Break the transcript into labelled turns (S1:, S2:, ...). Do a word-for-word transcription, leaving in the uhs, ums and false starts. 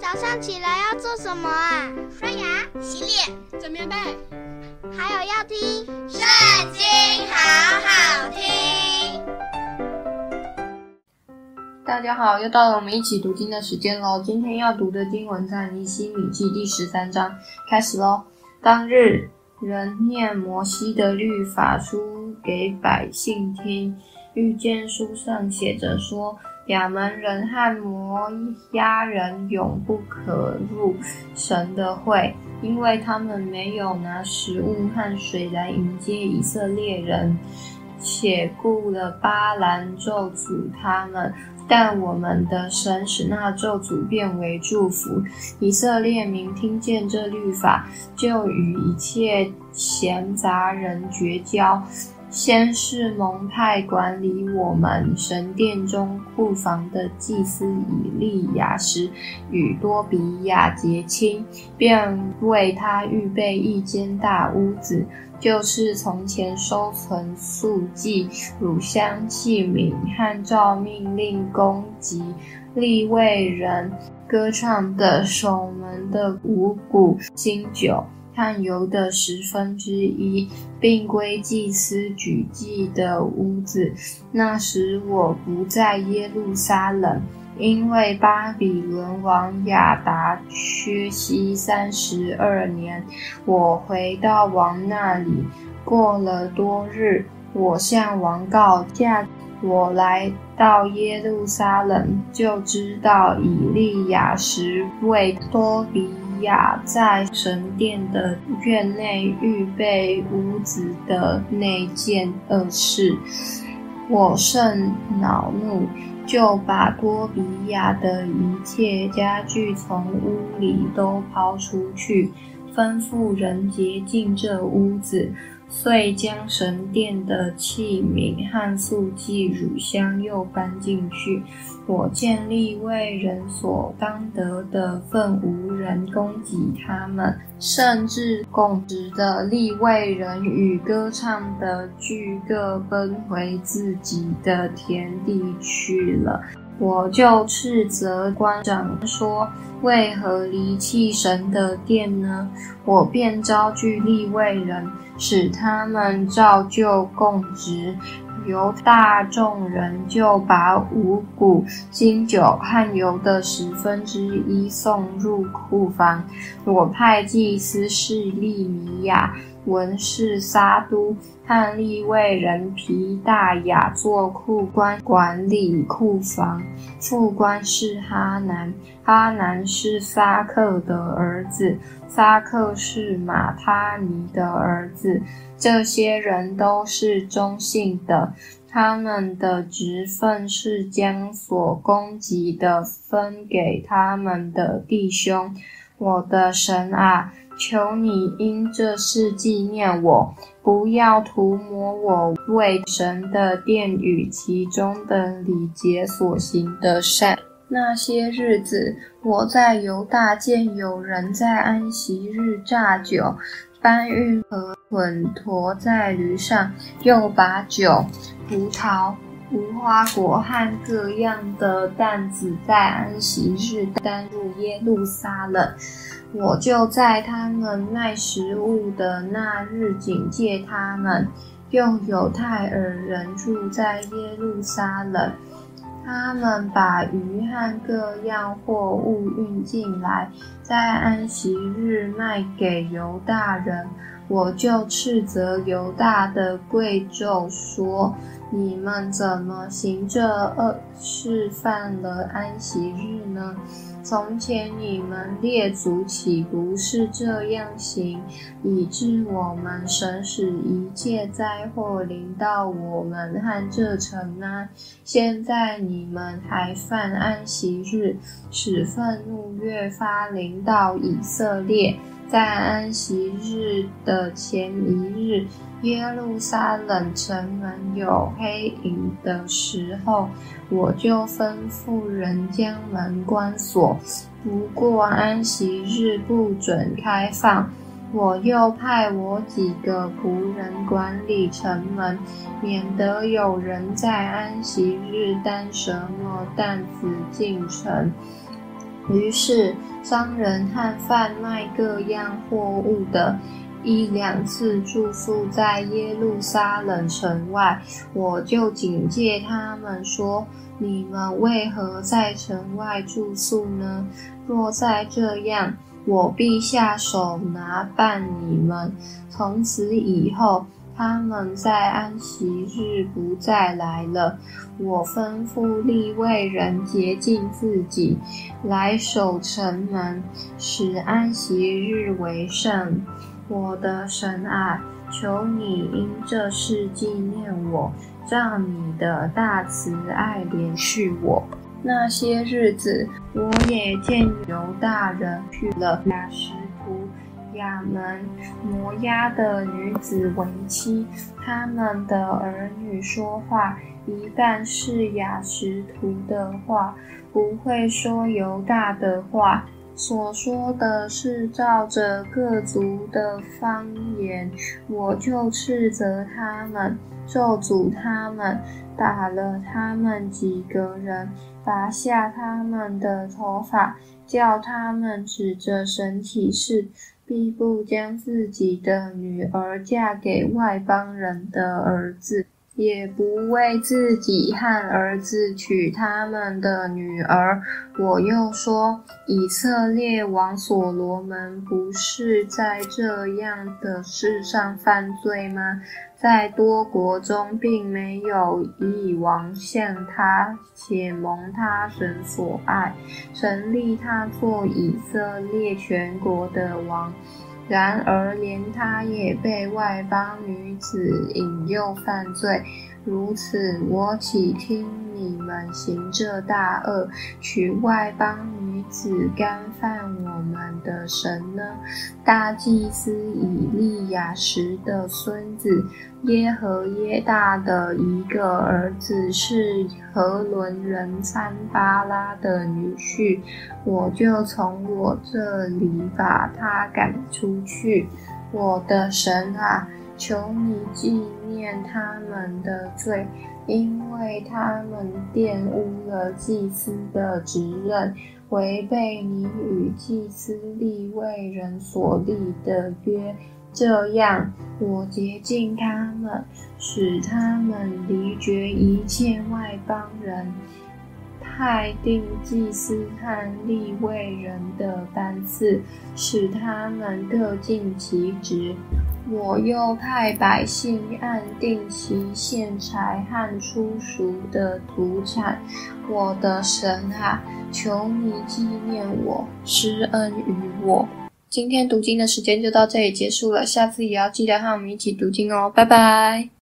S1: 早上起来要做什么啊？
S2: 刷牙、洗脸、
S3: 整棉被，
S1: 还有要听《
S2: 圣经》，好好听。
S4: 大家好，又到了我们一起读经的时间咯。今天要读的经文在尼希米记第十三章，开始咯。当日，人念摩西的律法书给百姓听，遇见书上写着说，亚门人和摩押人永不可入神的会，因为他们没有拿食物和水来迎接以色列人，且雇了巴兰咒诅他们。但我们的神使那咒诅变为祝福。以色列民听见这律法，就与一切闲杂人绝交。先是蒙派管理我们神殿中库房的祭司以利亚时与多比亚结亲，便为他预备一间大屋子，就是从前收存素祭、乳香器皿和照命令供给利未人歌唱的守门的五谷、金酒和油的十分之一，并归祭司举祭的屋子。那时我不在耶路撒冷，因为巴比伦王亚达薛西三十二年，我回到王那里。过了多日，我向王告假，我来到耶路撒冷，就知道以利亚时为多比亚在神殿的院内预备屋子的那件恶事。我甚恼怒，就把多比亚的一切家具从屋里都抛出去，吩咐人洁净这屋子，遂将神殿的器皿和素祭乳香又搬进去。我见利未人所当得的分无人供给他们，甚至供职的利未人与歌唱的俱各奔回自己的田地去了。我就斥责官长说，为何离弃神的殿呢？我便招聚利未人，使他们照旧供职。犹大众人就把五谷、金酒和油的十分之一送入库房。我派祭司示利米亚、文士撒都和利未人皮大雅做库官，管理库房。副官是哈南，哈南是撒克的儿子，撒克是马他尼的儿子。这些人都是忠信的，他们的职分是将所供给的分给他们的弟兄。我的神啊，求你因这事纪念我，不要涂抹我为神的殿与其中的礼节所行的善。那些日子，我在犹大见有人在安息日榨酒，搬运和捆驮在驴上，又把酒、葡萄、无花果和各样的担子在安息日担入耶路撒冷。我就在他们卖食物的那日警戒他们。又有泰尔人住在耶路撒冷，他们把鱼和各样货物运进来，在安息日卖给犹大人。我就斥责犹大的贵胄说，你们怎么行这恶事，犯了安息日呢？从前你们列祖岂不是这样行，以致我们神使一切灾祸临到我们和这城呢？现在你们还犯安息日，使愤怒越发临到以色列。在安息日的前一日，耶路撒冷城门有黑影的时候，我就吩咐人将门关锁，不过安息日不准开放。我又派我几个仆人管理城门，免得有人在安息日担什么担子进城。 于是商人和贩卖各样货物的一两次住宿在耶路撒冷城外，我就警戒他们说，你们为何在城外住宿呢？若再这样，我必下手拿办你们。从此以后，他们在安息日不再来了。我吩咐利未人洁净自己，来守城门，使安息日为圣。我的神啊，求你因这事纪念我，照你的大慈爱怜恤我。那些日子，我也见犹大人娶了亚实突、亚门、摩押的女子为妻，他们的儿女说话，一半是亚实突的话，不会说犹大的话，所说的是照着各族的方言，我就斥责他们，咒诅他们，打了他们几个人，拔下他们的头发，叫他们指着神起誓，必不将自己的女儿嫁给外邦人的儿子，也不为自己和儿子娶他们的女儿。我又说，以色列王所罗门不是在这样的事上犯罪吗？在多国中并没有一王像他，且蒙他神所爱，神立他做以色列全国的王。然而连他也被外邦女子引诱犯罪，如此我岂听你们行这大恶，娶外邦女子干犯我们的神呢？大祭司以利亚实的孙子耶和耶大的一个儿子是何伦人参巴拉的女婿，我就从我这里把他赶出去。我的神啊，求你纪念他们的罪，因为他们玷污了祭司的职任，违背你与祭司利未人所立的约。这样，我洁净他们，使他们离绝一切外邦人，派定祭司和利未人的班次，使他们各尽其职。我又派百姓按定期献柴和初熟的土产。我的神啊，求你纪念我，施恩于我。今天读经的时间就到这里结束了，下次也要记得和我们一起读经哦，拜拜。